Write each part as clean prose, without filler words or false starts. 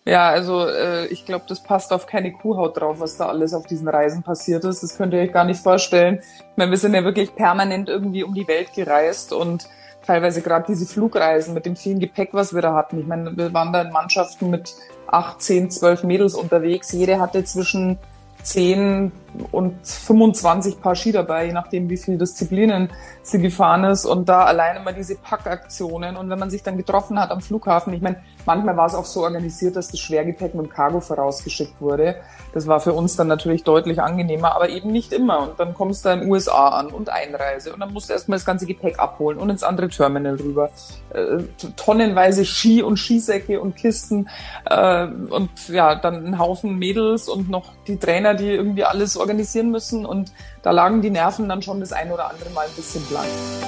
Ja, also ich glaube, das passt auf keine Kuhhaut drauf, was da alles auf diesen Reisen passiert ist. Das könnt ihr euch gar nicht vorstellen. Ich meine, wir sind ja wirklich permanent irgendwie um die Welt gereist und teilweise gerade diese Flugreisen mit dem vielen Gepäck, was wir da hatten. Ich meine, wir waren da in Mannschaften mit 8, 10, 12 Mädels unterwegs. Jede hatte zwischen 10 und 25 Paar Ski dabei, je nachdem, wie viele Disziplinen sie gefahren ist. Und da allein immer diese Packaktionen. Und wenn man sich dann getroffen hat am Flughafen, ich meine, manchmal war es auch so organisiert, dass das Schwergepäck mit dem Cargo vorausgeschickt wurde. Das war für uns dann natürlich deutlich angenehmer, aber eben nicht immer. Und dann kommst du in den USA an und Einreise. Und dann musst du erstmal das ganze Gepäck abholen und ins andere Terminal rüber. Tonnenweise Ski und Skisäcke und Kisten. Und ja, dann ein Haufen Mädels und noch die Trainer, die irgendwie alles organisieren müssen. Und da lagen die Nerven dann schon das ein oder andere Mal ein bisschen blank.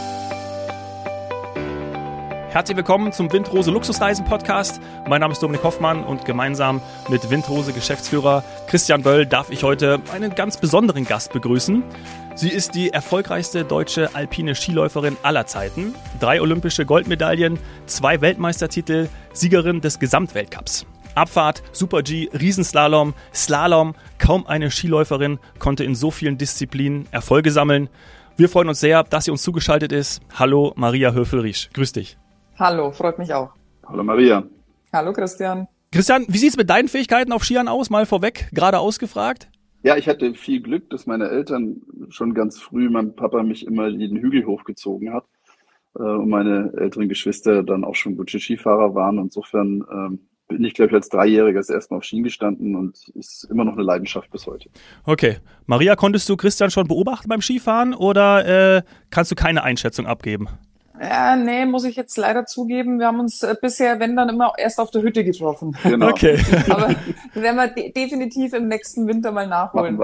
Herzlich willkommen zum Windrose Luxusreisen Podcast. Mein Name ist Dominik Hoffmann und gemeinsam mit Windrose Geschäftsführer Christian Böll darf ich heute einen ganz besonderen Gast begrüßen. Sie ist die erfolgreichste deutsche alpine Skiläuferin aller Zeiten. 3 olympische Goldmedaillen, 2 Weltmeistertitel, Siegerin des Gesamtweltcups. Abfahrt, Super-G, Riesenslalom, Slalom. Kaum eine Skiläuferin konnte in so vielen Disziplinen Erfolge sammeln. Wir freuen uns sehr, dass sie uns zugeschaltet ist. Hallo Maria Höfel-Riesch. Grüß dich. Hallo, freut mich auch. Hallo Maria. Hallo Christian. Christian, wie sieht es mit deinen Fähigkeiten auf Skiern aus? Mal vorweg, gerade ausgefragt. Ja, ich hatte viel Glück, dass meine Eltern schon ganz früh, mein Papa mich immer den Hügel hochgezogen hat und meine älteren Geschwister dann auch schon gute Skifahrer waren. Insofern bin ich, glaube ich, als Dreijähriger das erste Mal auf Skien gestanden und ist immer noch eine Leidenschaft bis heute. Okay. Maria, konntest du Christian schon beobachten beim Skifahren oder kannst du keine Einschätzung abgeben? Ja, nee, muss ich jetzt leider zugeben. Wir haben uns bisher, wenn dann, immer erst auf der Hütte getroffen. Genau. Okay. Aber werden wir definitiv im nächsten Winter mal nachholen.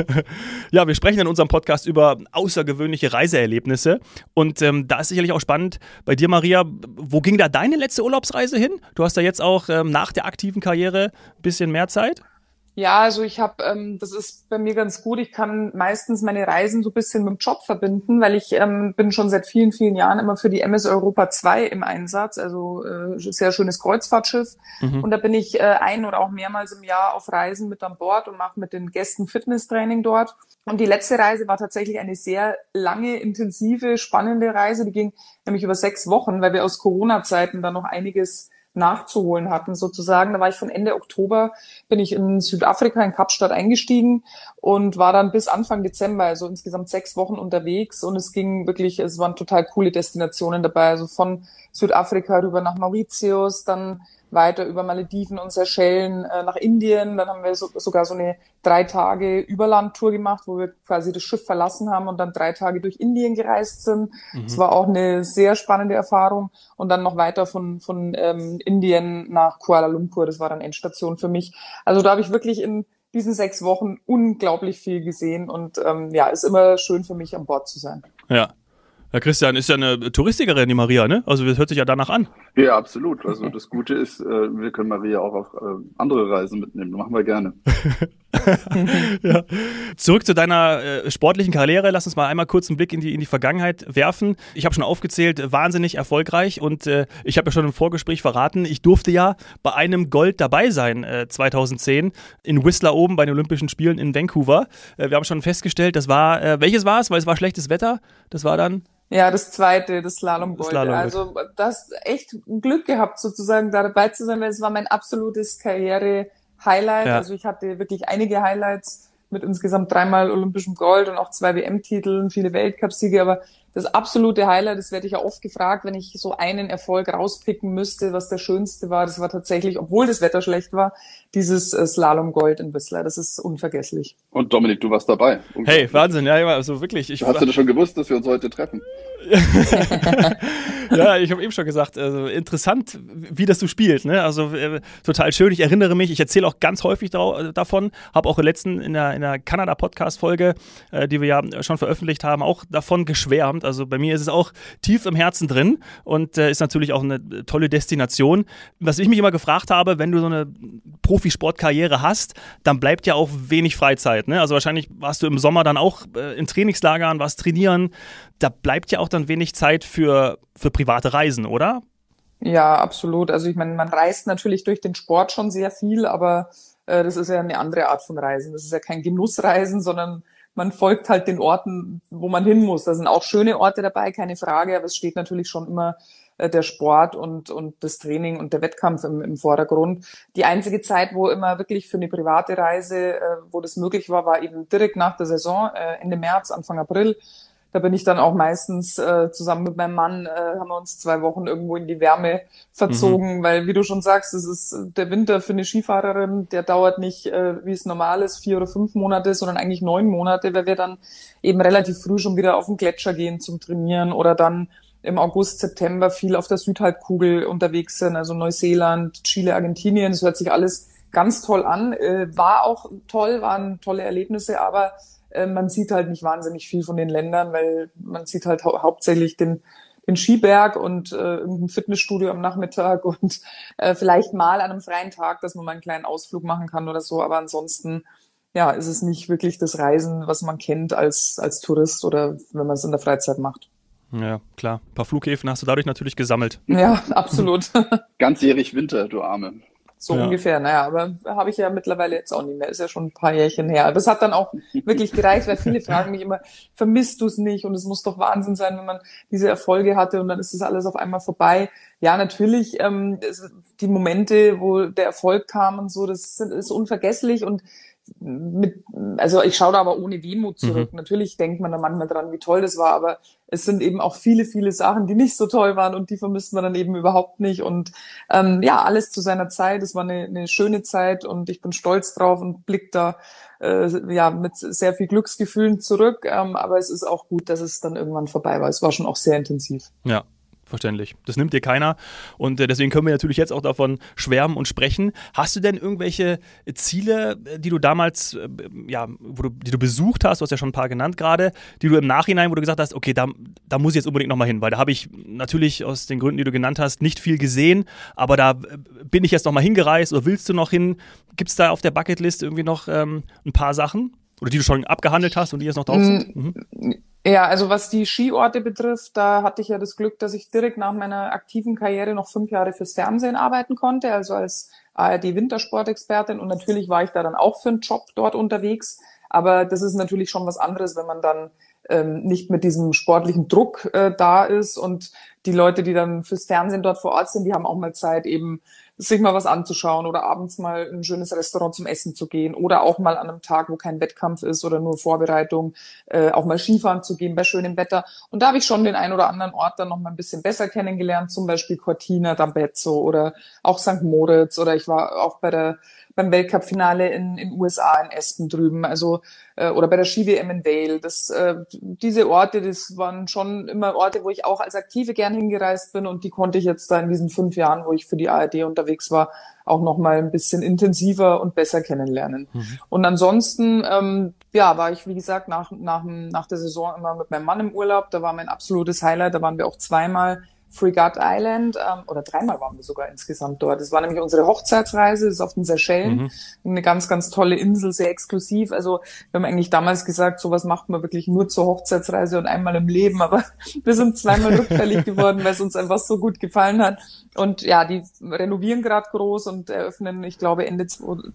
Ja, wir sprechen in unserem Podcast über außergewöhnliche Reiseerlebnisse. Und da ist sicherlich auch spannend bei dir, Maria, wo ging da deine letzte Urlaubsreise hin? Du hast da jetzt auch nach der aktiven Karriere ein bisschen mehr Zeit. Ja, also ich habe, das ist bei mir ganz gut. Ich kann meistens meine Reisen so ein bisschen mit dem Job verbinden, weil ich bin schon seit vielen, vielen Jahren immer für die MS Europa 2 im Einsatz, also sehr schönes Kreuzfahrtschiff. Mhm. Und da bin ich ein oder auch mehrmals im Jahr auf Reisen mit an Bord und mache mit den Gästen Fitnesstraining dort. Und die letzte Reise war tatsächlich eine sehr lange, intensive, spannende Reise. Die ging nämlich über 6 Wochen, weil wir aus Corona-Zeiten da noch einiges nachzuholen hatten sozusagen. Da war ich von Ende Oktober, bin ich in Südafrika in Kapstadt eingestiegen und war dann bis Anfang Dezember, also insgesamt 6 Wochen unterwegs und es waren total coole Destinationen dabei, also von Südafrika rüber nach Mauritius, dann weiter über Malediven und Seychellen nach Indien. Dann haben wir sogar so eine 3 Tage Überlandtour gemacht, wo wir quasi das Schiff verlassen haben und dann 3 Tage durch Indien gereist sind. Das war auch eine sehr spannende Erfahrung. Und dann noch weiter von Indien nach Kuala Lumpur. Das war dann Endstation für mich. Also da habe ich wirklich in diesen 6 Wochen unglaublich viel gesehen und ist immer schön für mich, an Bord zu sein. Ja. Ja, Christian, ist ja eine Touristikerin, die Maria, ne? Also das hört sich ja danach an. Ja, absolut. Also das Gute ist, wir können Maria auch auf andere Reisen mitnehmen. Das machen wir gerne. Ja. Zurück zu deiner sportlichen Karriere. Lass uns mal einmal kurz einen Blick in die Vergangenheit werfen. Ich habe schon aufgezählt, wahnsinnig erfolgreich und ich habe ja schon im Vorgespräch verraten, ich durfte ja bei einem Gold dabei sein 2010 in Whistler oben bei den Olympischen Spielen in Vancouver. Wir haben schon festgestellt, welches war es? Weil es war schlechtes Wetter. Das war dann... Ja, das zweite, das Slalom-Gold. Also du hast echt Glück gehabt, sozusagen da dabei zu sein, weil es war mein absolutes Karriere-Highlight. Ja. Also ich hatte wirklich einige Highlights mit insgesamt 3-mal olympischem Gold und auch 2 WM-Titeln, viele Weltcupsiege, aber das absolute Highlight, das werde ich ja oft gefragt, wenn ich so einen Erfolg rauspicken müsste, was der schönste war, das war tatsächlich, obwohl das Wetter schlecht war, dieses Slalom-Gold in Whistler. Das ist unvergesslich. Und Dominik, du warst dabei. Hey, Wahnsinn, ja, also wirklich. Hast du das schon gewusst, dass wir uns heute treffen? Ja, ich habe eben schon gesagt, also interessant, wie das so spielt, ne? Also total schön. Ich erinnere mich, ich erzähle auch ganz häufig davon, habe auch in der Kanada-Podcast-Folge, die wir ja schon veröffentlicht haben, auch davon geschwärmt. Also bei mir ist es auch tief im Herzen drin und ist natürlich auch eine tolle Destination. Was ich mich immer gefragt habe, wenn du so eine Profisportkarriere hast, dann bleibt ja auch wenig Freizeit, ne? Also wahrscheinlich warst du im Sommer dann auch in Trainingslagern, warst trainieren. Da bleibt ja auch dann wenig Zeit für private Reisen, oder? Ja, absolut. Also ich meine, man reist natürlich durch den Sport schon sehr viel, aber das ist ja eine andere Art von Reisen. Das ist ja kein Genussreisen, sondern man folgt halt den Orten, wo man hin muss. Da sind auch schöne Orte dabei, keine Frage, aber es steht natürlich schon immer der Sport und das Training und der Wettkampf im Vordergrund. Die einzige Zeit, wo immer wirklich für eine private Reise, wo das möglich war, war eben direkt nach der Saison, Ende März, Anfang April. Da bin ich dann auch meistens zusammen mit meinem Mann, haben wir uns 2 Wochen irgendwo in die Wärme verzogen, weil, wie du schon sagst, es ist der Winter für eine Skifahrerin, der dauert nicht, wie es normal ist, 4 oder 5 Monate, sondern eigentlich 9 Monate, weil wir dann eben relativ früh schon wieder auf den Gletscher gehen zum Trainieren oder dann im August, September viel auf der Südhalbkugel unterwegs sind, also Neuseeland, Chile, Argentinien. Das hört sich alles ganz toll an, war auch toll, waren tolle Erlebnisse, aber man sieht halt nicht wahnsinnig viel von den Ländern, weil man sieht halt hauptsächlich den Skiberg und irgendein Fitnessstudio am Nachmittag und vielleicht mal an einem freien Tag, dass man mal einen kleinen Ausflug machen kann oder so. Aber ansonsten, ja, ist es nicht wirklich das Reisen, was man kennt als Tourist oder wenn man es in der Freizeit macht. Ja, klar. Ein paar Flughäfen hast du dadurch natürlich gesammelt. Ja, absolut. Ganzjährig Winter, du Arme. So ungefähr, naja, aber habe ich ja mittlerweile jetzt auch nicht mehr, ist ja schon ein paar Jährchen her. Aber es hat dann auch wirklich gereicht, weil viele fragen mich immer, vermisst du es nicht? Und es muss doch Wahnsinn sein, wenn man diese Erfolge hatte und dann ist das alles auf einmal vorbei. Ja, natürlich, die Momente, wo der Erfolg kam und so, ist unvergesslich und also ich schaue da aber ohne Wehmut zurück. Natürlich denkt man da manchmal dran, wie toll das war, aber es sind eben auch viele, viele Sachen, die nicht so toll waren und die vermisst man dann eben überhaupt nicht. Und ja, alles zu seiner Zeit. Es war eine schöne Zeit und ich bin stolz drauf und blick da ja mit sehr viel Glücksgefühlen zurück. Aber es ist auch gut, dass es dann irgendwann vorbei war. Es war schon auch sehr intensiv. Ja. Verständlich. Das nimmt dir keiner und deswegen können wir natürlich jetzt auch davon schwärmen und sprechen. Hast du denn irgendwelche Ziele, die du damals, die du besucht hast, du hast ja schon ein paar genannt gerade, die du im Nachhinein, wo du gesagt hast, okay, da muss ich jetzt unbedingt nochmal hin, weil da habe ich natürlich aus den Gründen, die du genannt hast, nicht viel gesehen, aber da bin ich jetzt nochmal hingereist oder willst du noch hin? Gibt es da auf der Bucketlist irgendwie noch ein paar Sachen oder die du schon abgehandelt hast und die jetzt noch drauf sind? Ja, also was die Skiorte betrifft, da hatte ich ja das Glück, dass ich direkt nach meiner aktiven Karriere noch 5 Jahre fürs Fernsehen arbeiten konnte, also als ARD-Wintersportexpertin und natürlich war ich da dann auch für einen Job dort unterwegs, aber das ist natürlich schon was anderes, wenn man dann nicht mit diesem sportlichen Druck da ist und die Leute, die dann fürs Fernsehen dort vor Ort sind, die haben auch mal Zeit, eben sich mal was anzuschauen oder abends mal in ein schönes Restaurant zum Essen zu gehen oder auch mal an einem Tag, wo kein Wettkampf ist oder nur Vorbereitung, auch mal Skifahren zu gehen bei schönem Wetter. Und da habe ich schon den einen oder anderen Ort dann noch mal ein bisschen besser kennengelernt, zum Beispiel Cortina d'Ampezzo oder auch St. Moritz oder ich war auch beim Weltcup-Finale in USA in Aspen drüben, also oder bei der Ski-WM in Vail. Diese Orte, das waren schon immer Orte, wo ich auch als Aktive gern hingereist bin und die konnte ich jetzt da in diesen 5 Jahren, wo ich für die ARD unterwegs war, auch noch mal ein bisschen intensiver und besser kennenlernen. Und ansonsten, war ich, wie gesagt, nach der Saison immer mit meinem Mann im Urlaub. Da war mein absolutes Highlight. Da waren wir auch 2-mal Fregat Island, oder 3-mal waren wir sogar insgesamt dort. Das war nämlich unsere Hochzeitsreise, das ist auf den Seychellen. Eine ganz, ganz tolle Insel, sehr exklusiv. Also wir haben eigentlich damals gesagt, sowas macht man wirklich nur zur Hochzeitsreise und einmal im Leben. Aber wir sind 2-mal rückfällig geworden, weil es uns einfach so gut gefallen hat. Und ja, die renovieren gerade groß und eröffnen, ich glaube, Ende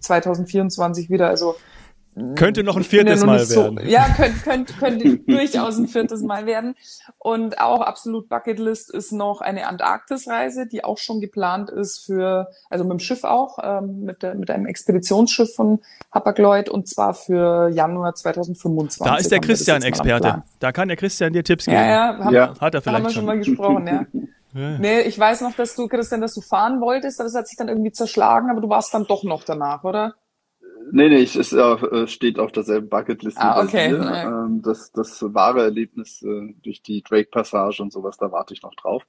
2024 wieder. Also könnte noch ein 4. Mal werden. Ja, könnte durchaus ein 4. Mal werden. Und auch absolut Bucketlist ist noch eine Antarktisreise, die auch schon geplant ist also mit dem Schiff auch, mit einem Expeditionsschiff von Hapag-Lloyd und zwar für Januar 2025. Da ist der Christian Experte. Da kann der Christian dir Tipps geben. Hat er vielleicht haben wir schon mal gesprochen, ja. Nee, ich weiß noch, Christian, dass du fahren wolltest, aber das hat sich dann irgendwie zerschlagen, aber du warst dann doch noch danach, oder? Nee, es steht auf derselben Bucketlist wie okay. bei dir. Das wahre Erlebnis durch die Drake-Passage und sowas, da warte ich noch drauf.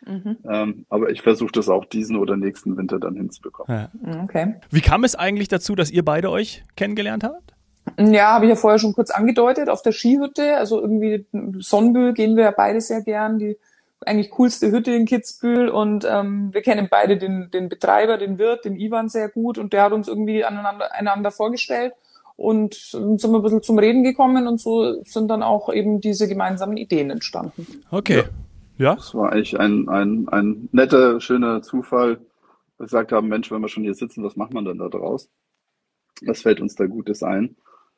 Aber ich versuche das auch diesen oder nächsten Winter dann hinzubekommen. Ja. Okay. Wie kam es eigentlich dazu, dass ihr beide euch kennengelernt habt? Ja, habe ich ja vorher schon kurz angedeutet, auf der Skihütte. Also irgendwie Sonnenbühl gehen wir ja beide sehr gern, die eigentlich coolste Hütte in Kitzbühel und wir kennen beide den Betreiber, den Wirt, den Ivan sehr gut und der hat uns irgendwie einander vorgestellt und sind wir ein bisschen zum Reden gekommen und so sind dann auch eben diese gemeinsamen Ideen entstanden. Okay. Ja? Das war eigentlich ein netter, schöner Zufall. Wir gesagt haben, Mensch, wenn wir schon hier sitzen, was macht man denn da draus? Was fällt uns da Gutes ein?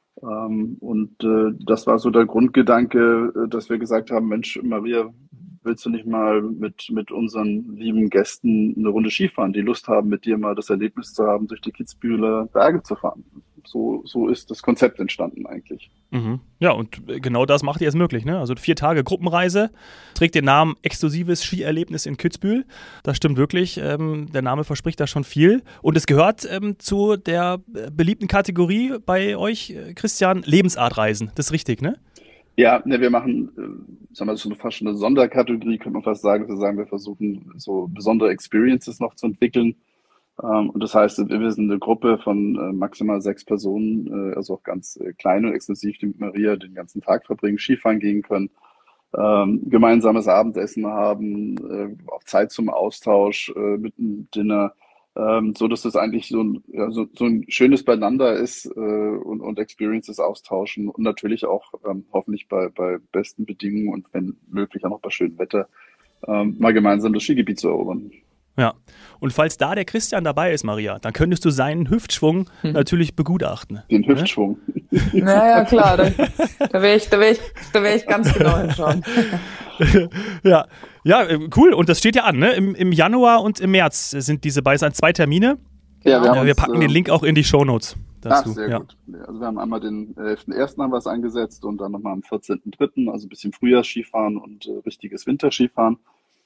Das war so der Grundgedanke, dass wir gesagt haben, Mensch, Maria, willst du nicht mal mit unseren lieben Gästen eine Runde Skifahren, die Lust haben, mit dir mal das Erlebnis zu haben, durch die Kitzbüheler Berge zu fahren? So ist das Konzept entstanden eigentlich. Mhm. Ja, und genau das macht ihr jetzt möglich, ne? Also 4 Tage Gruppenreise, trägt den Namen Exklusives Skierlebnis in Kitzbühel. Das stimmt wirklich, der Name verspricht da schon viel. Und es gehört zu der beliebten Kategorie bei euch, Christian, Lebensartreisen. Das ist richtig, ne? Ja, ne, wir machen, sagen wir, das ist fast schon eine Sonderkategorie, könnte man fast sagen. Wir versuchen so besondere Experiences noch zu entwickeln. Und das heißt, wir sind eine Gruppe von maximal 6 Personen, also auch ganz klein und exklusiv, die mit Maria den ganzen Tag verbringen, Skifahren gehen können, gemeinsames Abendessen haben, auch Zeit zum Austausch mit einem Dinner, so dass das eigentlich so ein schönes Beieinander ist und Experiences austauschen und natürlich auch hoffentlich bei besten Bedingungen und wenn möglich auch noch bei schönem Wetter mal gemeinsam das Skigebiet zu erobern. Ja, und falls da der Christian dabei ist, Maria, dann könntest du seinen Hüftschwung natürlich begutachten. Den Hüftschwung. Naja, klar, da wär ich ganz genau hinschauen. Ja, cool. Und das steht ja an, ne? Im Januar und im März sind diese beiden 2 Termine. Ja, wir packen den Link auch in die Shownotes dazu. Sehr gut. Also wir haben einmal den 11.01. haben wir es angesetzt und dann nochmal am 14.03., also ein bisschen Frühjahrsskifahren und richtiges Winterskifahren.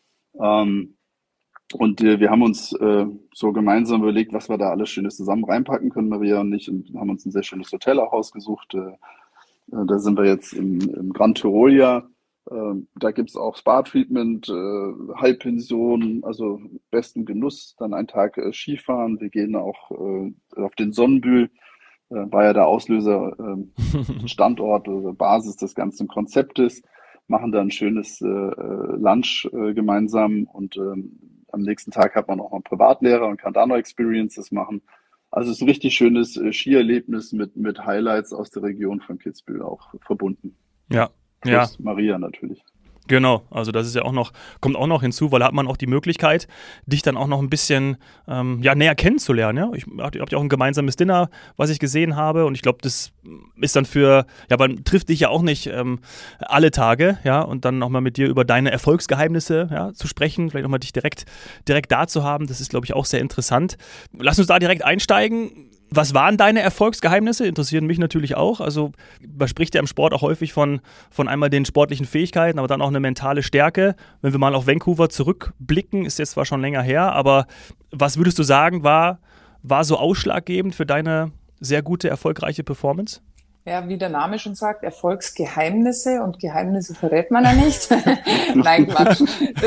Wir haben uns so gemeinsam überlegt, was wir da alles Schönes zusammen reinpacken können, Maria und ich, und haben uns ein sehr schönes Hotel auch ausgesucht. Da sind wir jetzt im Grand Tyrolia. Da gibt's auch Spa-Treatment, Halbpension, also besten Genuss. Dann einen Tag Skifahren. Wir gehen auch auf den Sonnenbühl. War ja der Auslöser, Standort oder Basis des ganzen Konzeptes. Machen da ein schönes Lunch gemeinsam und am nächsten Tag hat man noch einen Privatlehrer und kann da noch Experiences machen. Also es ist ein richtig schönes Skierlebnis mit Highlights aus der Region von Kitzbühel auch verbunden. Ja. Plus Maria natürlich. Genau, also das ist ja kommt auch noch hinzu, weil da hat man auch die Möglichkeit, dich dann auch noch ein bisschen näher kennenzulernen. Ja? Ihr habt ja auch ein gemeinsames Dinner, was ich gesehen habe, und ich glaube, das ist dann man trifft dich ja auch nicht alle Tage, ja, und dann nochmal mit dir über deine Erfolgsgeheimnisse zu sprechen, vielleicht nochmal dich direkt da zu haben, das ist, glaube ich, auch sehr interessant. Lass uns da direkt einsteigen. Was waren deine Erfolgsgeheimnisse? Interessieren mich natürlich auch. Also man spricht ja im Sport auch häufig von einmal den sportlichen Fähigkeiten, aber dann auch eine mentale Stärke. Wenn wir mal auf Vancouver zurückblicken, ist jetzt zwar schon länger her, aber was würdest du sagen, war so ausschlaggebend für deine sehr gute, erfolgreiche Performance? Ja, wie der Name schon sagt, Erfolgsgeheimnisse, und Geheimnisse verrät man ja nicht. Nein, Quatsch.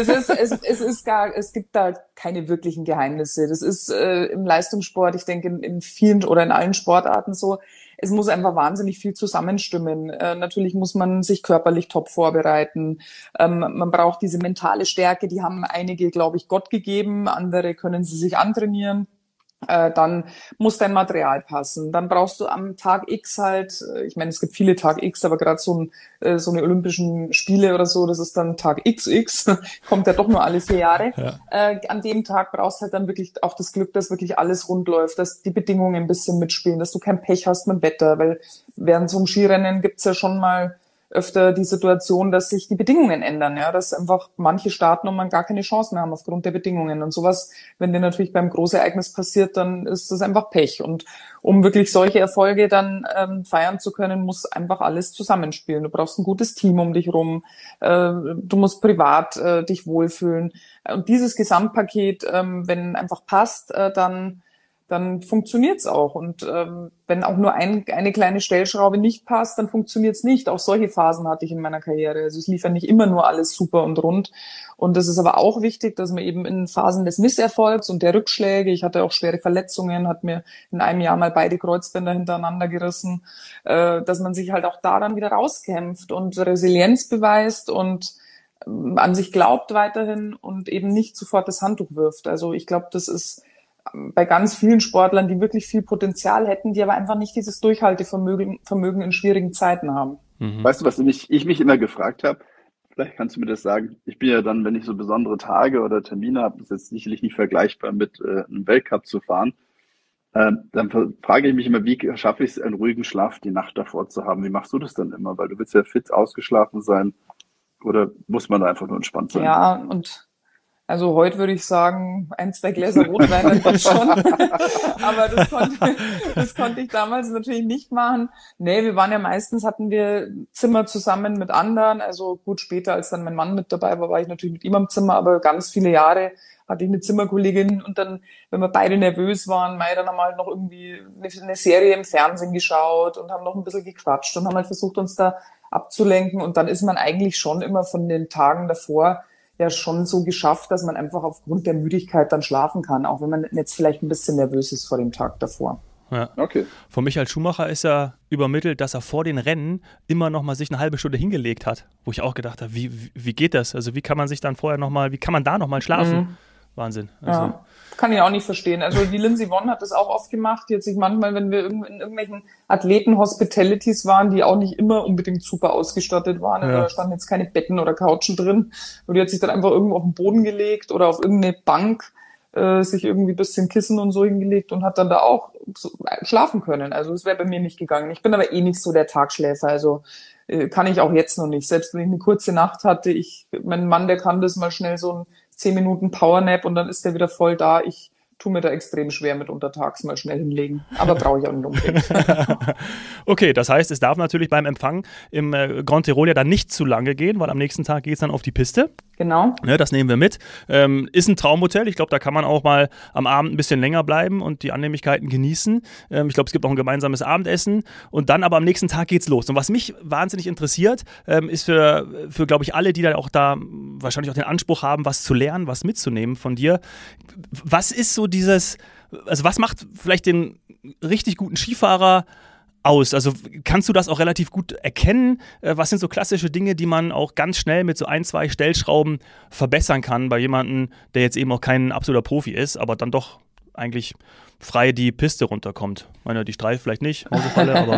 Es gibt da keine wirklichen Geheimnisse. Das ist im Leistungssport, ich denke in vielen oder in allen Sportarten so. Es muss einfach wahnsinnig viel zusammenstimmen. Natürlich muss man sich körperlich top vorbereiten. Man braucht diese mentale Stärke, die haben einige, glaube ich, Gott gegeben, andere können sie sich antrainieren. Dann muss dein Material passen. Dann brauchst du am Tag X halt, ich meine, es gibt viele Tag X, aber gerade so eine Olympischen Spiele oder so, das ist dann Tag XX, kommt ja doch nur alle 4 Jahre. Ja. An dem Tag brauchst du halt dann wirklich auch das Glück, dass wirklich alles rund läuft, dass die Bedingungen ein bisschen mitspielen, dass du kein Pech hast mit dem Wetter, weil während so einem Skirennen gibt's ja schon mal öfter die Situation, dass sich die Bedingungen ändern, ja, dass einfach manche starten und man gar keine Chance mehr haben aufgrund der Bedingungen und sowas. Wenn dir natürlich beim Großereignis passiert, dann ist das einfach Pech, und um wirklich solche Erfolge dann feiern zu können, muss einfach alles zusammenspielen. Du brauchst ein gutes Team um dich rum, du musst privat dich wohlfühlen, und dieses Gesamtpaket, wenn einfach passt, dann funktioniert's auch. Und wenn auch nur eine kleine Stellschraube nicht passt, dann funktioniert's nicht. Auch solche Phasen hatte ich in meiner Karriere. Also es lief ja nicht immer nur alles super und rund. Und es ist aber auch wichtig, dass man eben in Phasen des Misserfolgs und der Rückschläge, ich hatte auch schwere Verletzungen, hat mir in einem Jahr mal beide Kreuzbänder hintereinander gerissen, dass man sich halt auch daran wieder rauskämpft und Resilienz beweist und an sich glaubt weiterhin und eben nicht sofort das Handtuch wirft. Also ich glaube, das ist bei ganz vielen Sportlern, die wirklich viel Potenzial hätten, die aber einfach nicht dieses Durchhaltevermögen in schwierigen Zeiten haben. Mhm. Weißt du, was ich mich immer gefragt habe? Vielleicht kannst du mir das sagen. Ich bin ja dann, wenn ich so besondere Tage oder Termine habe, ist jetzt sicherlich nicht vergleichbar mit einem Weltcup zu fahren. Dann frage ich mich immer, wie schaffe ich es, einen ruhigen Schlaf die Nacht davor zu haben? Wie machst du das dann immer? Weil du willst ja fit ausgeschlafen sein. Oder muss man da einfach nur entspannt sein? Ja, und also heute würde ich sagen, 1, 2 Gläser Rotwein dann schon. Aber das konnte ich damals natürlich nicht machen. Nee, wir waren ja meistens, hatten wir Zimmer zusammen mit anderen. Also gut, später, als dann mein Mann mit dabei war, war ich natürlich mit ihm am Zimmer, aber ganz viele Jahre hatte ich eine Zimmerkollegin und dann, wenn wir beide nervös waren, dann haben wir halt noch irgendwie eine Serie im Fernsehen geschaut und haben noch ein bisschen gequatscht und haben halt versucht, uns da abzulenken. Und dann ist man eigentlich schon immer von den Tagen davor ja schon so geschafft, dass man einfach aufgrund der Müdigkeit dann schlafen kann, auch wenn man jetzt vielleicht ein bisschen nervös ist vor dem Tag davor. Ja. Okay. Von Michael Schumacher ist ja übermittelt, dass er vor den Rennen immer noch mal sich eine halbe Stunde hingelegt hat, wo ich auch gedacht habe, wie geht das? Also wie kann man sich dann vorher wie kann man da noch mal schlafen? Wahnsinn. Also. Ja, kann ich auch nicht verstehen. Also die Lindsey Vonn hat das auch oft gemacht. Die hat sich manchmal, wenn wir in irgendwelchen Athleten-Hospitalities waren, die auch nicht immer unbedingt super ausgestattet waren, da standen jetzt keine Betten oder Couchen drin, und die hat sich dann einfach irgendwo auf den Boden gelegt oder auf irgendeine Bank, sich irgendwie ein bisschen Kissen und so hingelegt und hat dann da auch so schlafen können. Also es wäre bei mir nicht gegangen. Ich bin aber eh nicht so der Tagschläfer, also kann ich auch jetzt noch nicht. Selbst wenn ich eine kurze Nacht hatte, mein Mann, der kann das mal schnell so ein 10 Minuten Powernap und dann ist der wieder voll da. Ich tue mir da extrem schwer mit untertags mal schnell hinlegen. Aber brauche ich auch nicht unbedingt. Okay, das heißt, es darf natürlich beim Empfang im Grand Tirol ja dann nicht zu lange gehen, weil am nächsten Tag geht es dann auf die Piste. Genau. Ne, das nehmen wir mit. Ist ein Traumhotel. Ich glaube, da kann man auch mal am Abend ein bisschen länger bleiben und die Annehmlichkeiten genießen. Ich glaube, es gibt auch ein gemeinsames Abendessen und dann aber am nächsten Tag geht's los. Und was mich wahnsinnig interessiert, ist für glaube ich, alle, die da auch da wahrscheinlich auch den Anspruch haben, was zu lernen, was mitzunehmen von dir. Was ist so was macht vielleicht den richtig guten Skifahrer aus? Also kannst du das auch relativ gut erkennen? Was sind so klassische Dinge, die man auch ganz schnell mit so 1, 2 Stellschrauben verbessern kann bei jemandem, der jetzt eben auch kein absoluter Profi ist, aber dann doch eigentlich frei die Piste runterkommt? Ich meine, die Streife vielleicht nicht, Mausefalle, aber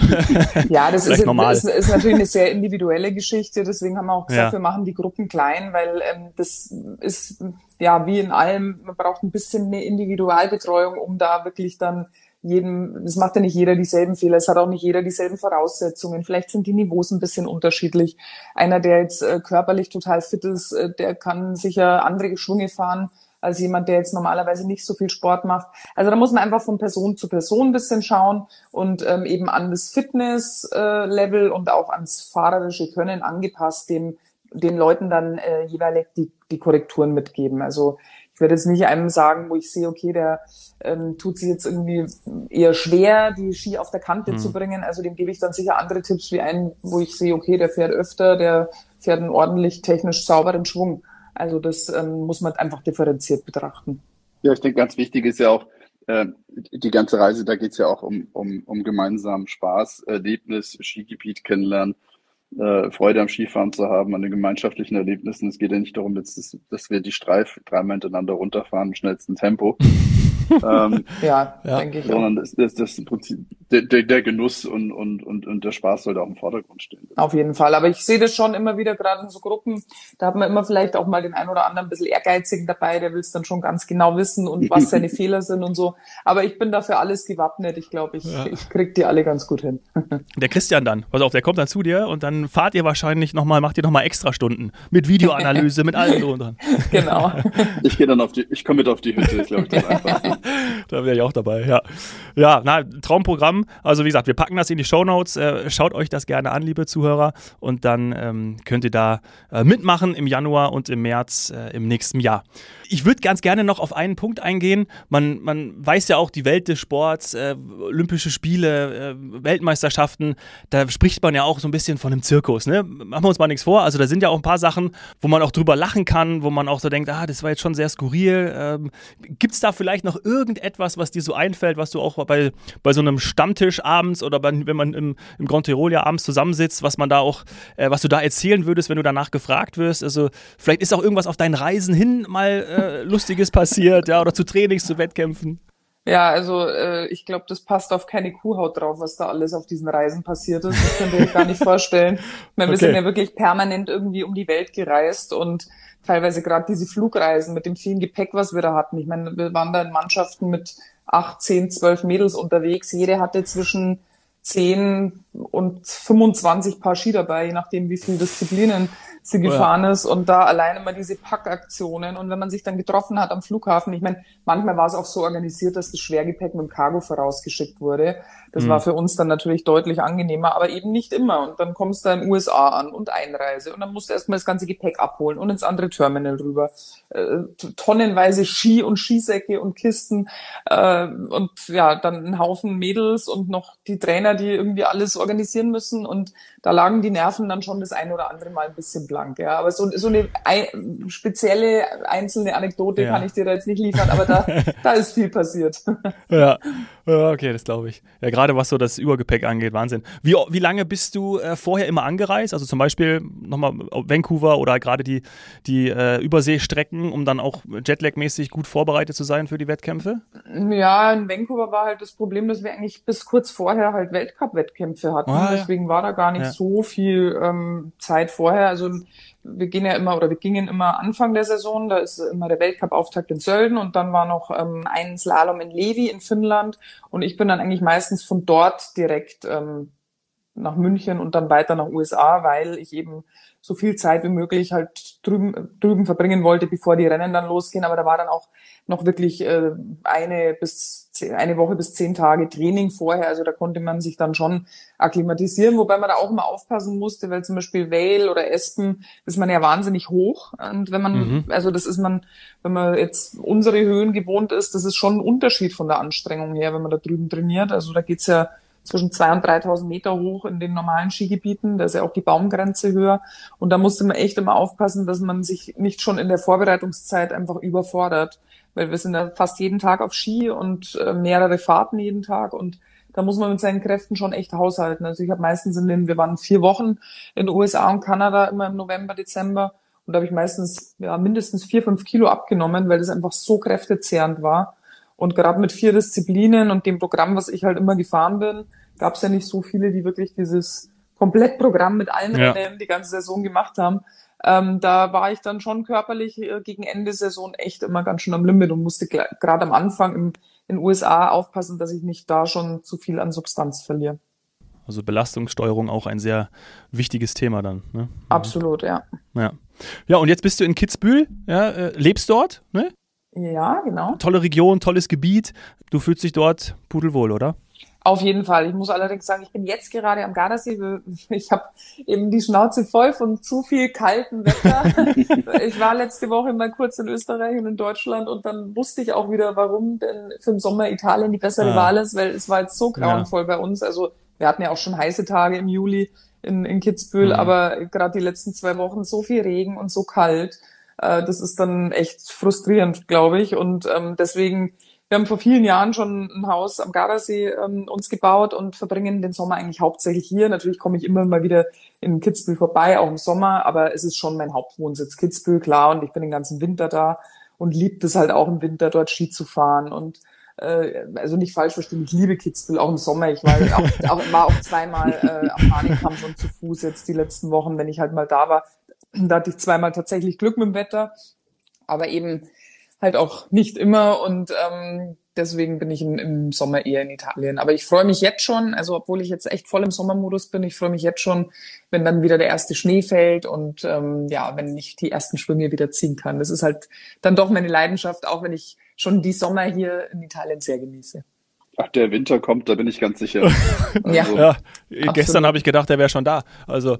ja, das ist natürlich eine sehr individuelle Geschichte. Deswegen haben wir auch gesagt, wir machen die Gruppen klein, weil das ist ja wie in allem, man braucht ein bisschen eine Individualbetreuung, um da wirklich dann das macht ja nicht jeder dieselben Fehler, es hat auch nicht jeder dieselben Voraussetzungen. Vielleicht sind die Niveaus ein bisschen unterschiedlich. Einer, der jetzt körperlich total fit ist, der kann sicher andere Schwünge fahren als jemand, der jetzt normalerweise nicht so viel Sport macht. Also da muss man einfach von Person zu Person ein bisschen schauen und eben an das Fitness-Level und auch ans fahrerische Können angepasst den Leuten dann jeweilig die Korrekturen mitgeben. Also ich werde jetzt nicht einem sagen, wo ich sehe, okay, der tut sich jetzt irgendwie eher schwer, die Ski auf der Kante zu bringen. Also dem gebe ich dann sicher andere Tipps wie einen, wo ich sehe, okay, der fährt öfter, der fährt einen ordentlich technisch sauberen Schwung. Also das muss man einfach differenziert betrachten. Ja, ich denke, ganz wichtig ist ja auch, die ganze Reise, da geht es ja auch um gemeinsamen Spaß, Erlebnis, Skigebiet kennenlernen, Freude am Skifahren zu haben, an den gemeinschaftlichen Erlebnissen. Es geht ja nicht darum, dass wir die Streife 3-mal hintereinander runterfahren im schnellsten Tempo. Ja, denke ich. Sondern das im Prinzip der Genuss und der Spaß sollte auch im Vordergrund stehen. Auf jeden Fall. Aber ich sehe das schon immer wieder, gerade in so Gruppen, da hat man immer vielleicht auch mal den einen oder anderen ein bisschen Ehrgeizigen dabei, der will es dann schon ganz genau wissen und was seine Fehler sind und so. Aber ich bin dafür alles gewappnet. Ich glaube, ich krieg die alle ganz gut hin. Der Christian dann, pass auf, der kommt dann zu dir und dann macht ihr nochmal extra Stunden mit Videoanalyse, mit allem drum und dran. Genau. Ich komme mit auf die Hütte, ist glaube ich das Einfachste. Da wäre ich auch dabei, ja. Ja, Traumprogramm. Also wie gesagt, wir packen das in die Shownotes. Schaut euch das gerne an, liebe Zuhörer. Und dann könnt ihr da mitmachen im Januar und im März im nächsten Jahr. Ich würde ganz gerne noch auf einen Punkt eingehen. Man weiß ja auch, die Welt des Sports, Olympische Spiele, Weltmeisterschaften, da spricht man ja auch so ein bisschen von einem Zirkus. Ne? Machen wir uns mal nichts vor. Also da sind ja auch ein paar Sachen, wo man auch drüber lachen kann, wo man auch so denkt, das war jetzt schon sehr skurril. Gibt es da vielleicht noch irgendetwas, was dir so einfällt, was du auch bei so einem Stammtisch abends oder wenn man im Grand Tirol ja abends zusammensitzt, was du da erzählen würdest, wenn du danach gefragt wirst? Also vielleicht ist auch irgendwas auf deinen Reisen hin mal Lustiges passiert, ja, oder zu Trainings, zu Wettkämpfen. Ja, also ich glaube, das passt auf keine Kuhhaut drauf, was da alles auf diesen Reisen passiert ist. Das könnt ihr euch gar nicht vorstellen. Ich meine, wir sind Okay. ja wirklich permanent irgendwie um die Welt gereist und teilweise gerade diese Flugreisen mit dem vielen Gepäck, was wir da hatten. Ich meine, wir waren da in Mannschaften mit 8, 10, 12 Mädels unterwegs. Jede hatte zwischen 10 und 25 Paar Ski dabei, je nachdem, wie viele Disziplinen sie Ja. gefahren ist. Und da alleine mal diese Packaktionen. Und wenn man sich dann getroffen hat am Flughafen, ich meine, manchmal war es auch so organisiert, dass das Schwergepäck mit dem Cargo vorausgeschickt wurde. Das war Mhm. für uns dann natürlich deutlich angenehmer, aber eben nicht immer. Und dann kommst du in den USA an und Einreise. Und dann musst du erstmal das ganze Gepäck abholen und ins andere Terminal rüber. Tonnenweise Ski und Skisäcke und Kisten. Und ja, dann ein Haufen Mädels und noch die Trainer, die irgendwie alles organisieren müssen. Und da lagen die Nerven dann schon das ein oder andere Mal ein bisschen blank. Ja, aber so eine spezielle einzelne Anekdote kann Ja. ich dir da jetzt nicht liefern, aber da ist viel passiert. Ja. Ja, okay, das glaube ich. Ja, gerade was so das Übergepäck angeht, Wahnsinn. Wie lange bist du vorher immer angereist? Also zum Beispiel nochmal Vancouver oder gerade die Überseestrecken, um dann auch Jetlag-mäßig gut vorbereitet zu sein für die Wettkämpfe? Ja, in Vancouver war halt das Problem, dass wir eigentlich bis kurz vorher halt Weltcup-Wettkämpfe hatten. Ah, ja. Deswegen war da gar nicht Ja. so viel Zeit vorher. Also wir gingen immer Anfang der Saison, da ist immer der Weltcup-Auftakt in Sölden und dann war noch ein Slalom in Levi in Finnland und ich bin dann eigentlich meistens von dort direkt nach München und dann weiter nach USA, weil ich eben so viel Zeit wie möglich halt drüben verbringen wollte, bevor die Rennen dann losgehen. Aber da war dann auch noch wirklich eine Woche bis 10 Tage Training vorher. Also da konnte man sich dann schon akklimatisieren, wobei man da auch immer aufpassen musste, weil zum Beispiel Vail oder Espen ist man ja wahnsinnig hoch. Und wenn man, also das ist man, wenn man jetzt unsere Höhen gewohnt ist, das ist schon ein Unterschied von der Anstrengung her, wenn man da drüben trainiert. Also da geht's ja zwischen 2.000 und 3.000 Meter hoch in den normalen Skigebieten. Da ist ja auch die Baumgrenze höher. Und da musste man echt immer aufpassen, dass man sich nicht schon in der Vorbereitungszeit einfach überfordert. Weil wir sind ja fast jeden Tag auf Ski und mehrere Fahrten jeden Tag. Und da muss man mit seinen Kräften schon echt haushalten. Also ich habe meistens wir waren 4 Wochen in den USA und Kanada immer im November, Dezember. Und da habe ich meistens mindestens 4, 5 Kilo abgenommen, weil das einfach so kräftezehrend war. Und gerade mit 4 Disziplinen und dem Programm, was ich halt immer gefahren bin, gab es ja nicht so viele, die wirklich dieses Komplettprogramm mit allen Rennen die ganze Saison gemacht haben. Da war ich dann schon körperlich gegen Ende der Saison echt immer ganz schön am Limit und musste gerade am Anfang in den USA aufpassen, dass ich nicht da schon zu viel an Substanz verliere. Also Belastungssteuerung auch ein sehr wichtiges Thema dann. Ne? Absolut, ja. Ja, und jetzt bist du in Kitzbühel, ja, lebst dort, ne? Ja, genau. Tolle Region, tolles Gebiet. Du fühlst dich dort pudelwohl, oder? Auf jeden Fall. Ich muss allerdings sagen, ich bin jetzt gerade am Gardasee. Ich habe eben die Schnauze voll von zu viel kaltem Wetter. Ich war letzte Woche mal kurz in Österreich und in Deutschland und dann wusste ich auch wieder, warum denn für den Sommer Italien die bessere Wahl ist, weil es war jetzt so grauenvoll bei uns. Also wir hatten ja auch schon heiße Tage im Juli in Kitzbühel, aber gerade die letzten 2 Wochen so viel Regen und so kalt. Das ist dann echt frustrierend, glaube ich. Und deswegen, wir haben vor vielen Jahren schon ein Haus am Gardasee uns gebaut und verbringen den Sommer eigentlich hauptsächlich hier. Natürlich komme ich immer mal wieder in Kitzbühel vorbei, auch im Sommer, aber es ist schon mein Hauptwohnsitz Kitzbühel, klar. Und ich bin den ganzen Winter da und liebe es halt auch im Winter, dort Ski zu fahren. Und also nicht falsch verstehen, ich liebe Kitzbühel auch im Sommer. Ich war auch zweimal am Hahnenkamm schon zu Fuß jetzt die letzten Wochen, wenn ich halt mal da war. Da hatte ich zweimal tatsächlich Glück mit dem Wetter, aber eben halt auch nicht immer und deswegen bin ich im Sommer eher in Italien. Aber ich freue mich jetzt schon, also obwohl ich jetzt echt voll im Sommermodus bin, ich freue mich jetzt schon, wenn dann wieder der erste Schnee fällt und wenn ich die ersten Schwünge wieder ziehen kann. Das ist halt dann doch meine Leidenschaft, auch wenn ich schon die Sommer hier in Italien sehr genieße. Ach, der Winter kommt, da bin ich ganz sicher. Also, ja, gestern habe ich gedacht, der wäre schon da. Also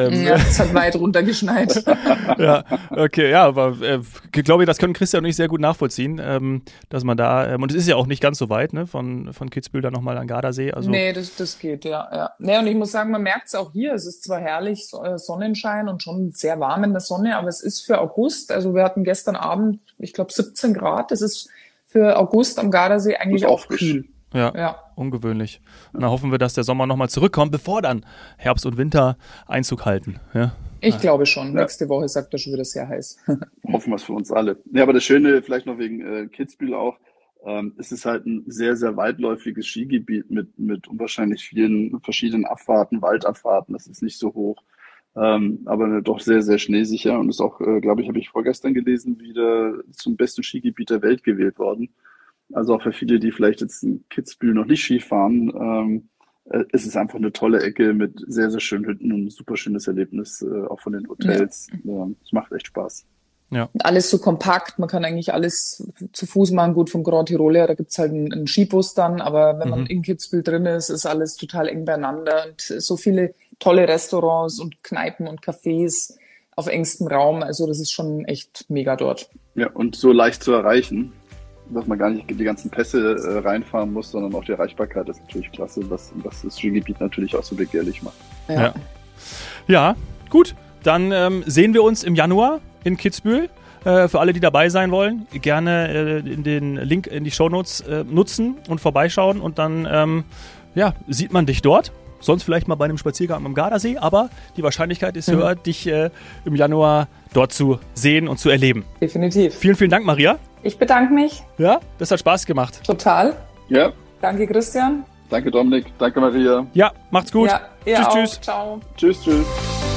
es hat weit runtergeschneit. Ja, okay, ja, aber ich glaube, das können Christian und ich sehr gut nachvollziehen, dass man da, und es ist ja auch nicht ganz so weit, ne, von Kitzbühel dann nochmal an Gardasee. Also. Nee, das geht, ja. Nee, und ich muss sagen, man merkt es auch hier, es ist zwar herrlich, Sonnenschein und schon sehr warm in der Sonne, aber es ist für August, also wir hatten gestern Abend, ich glaube 17 Grad, das ist für August am Gardasee eigentlich auch kühl. Ja, ungewöhnlich. Und dann hoffen wir, dass der Sommer nochmal zurückkommt, bevor dann Herbst und Winter Einzug halten. Ja? Ich glaube schon. Ja. Nächste Woche sagt er schon wieder sehr heiß. Hoffen wir es für uns alle. Ja, aber das Schöne, vielleicht noch wegen Kitzbühel auch, Es ist halt ein sehr, sehr weitläufiges Skigebiet mit unwahrscheinlich vielen verschiedenen Abfahrten, Waldabfahrten. Das ist nicht so hoch, aber doch sehr, sehr schneesicher und ist auch, glaube ich, habe ich vorgestern gelesen, wieder zum besten Skigebiet der Welt gewählt worden. Also auch für viele, die vielleicht jetzt in Kitzbühel noch nicht Ski fahren, es ist einfach eine tolle Ecke mit sehr, sehr schönen Hütten und ein super schönes Erlebnis, auch von den Hotels. Ja. Es macht echt Spaß. Ja. Alles so kompakt, man kann eigentlich alles zu Fuß machen. Gut, vom Grand Tiroler, da gibt's halt einen Skibus dann, aber wenn man in Kitzbühel drin ist, ist alles total eng beieinander und so viele tolle Restaurants und Kneipen und Cafés auf engstem Raum. Also das ist schon echt mega dort. Ja, und so leicht zu erreichen, dass man gar nicht die ganzen Pässe reinfahren muss, sondern auch die Erreichbarkeit ist natürlich klasse, was das Skigebiet natürlich auch so begehrlich macht. Ja, gut. Dann sehen wir uns im Januar in Kitzbühel. Für alle, die dabei sein wollen, gerne den Link in die Shownotes nutzen und vorbeischauen und dann sieht man dich dort. Sonst vielleicht mal bei einem Spaziergang am Gardasee, aber die Wahrscheinlichkeit ist höher, dich im Januar dort zu sehen und zu erleben. Definitiv. Vielen, vielen Dank, Maria. Ich bedanke mich. Ja, das hat Spaß gemacht. Total. Ja. Danke, Christian. Danke, Dominik. Danke, Maria. Ja, macht's gut. Ja, tschüss. Ciao. Tschüss.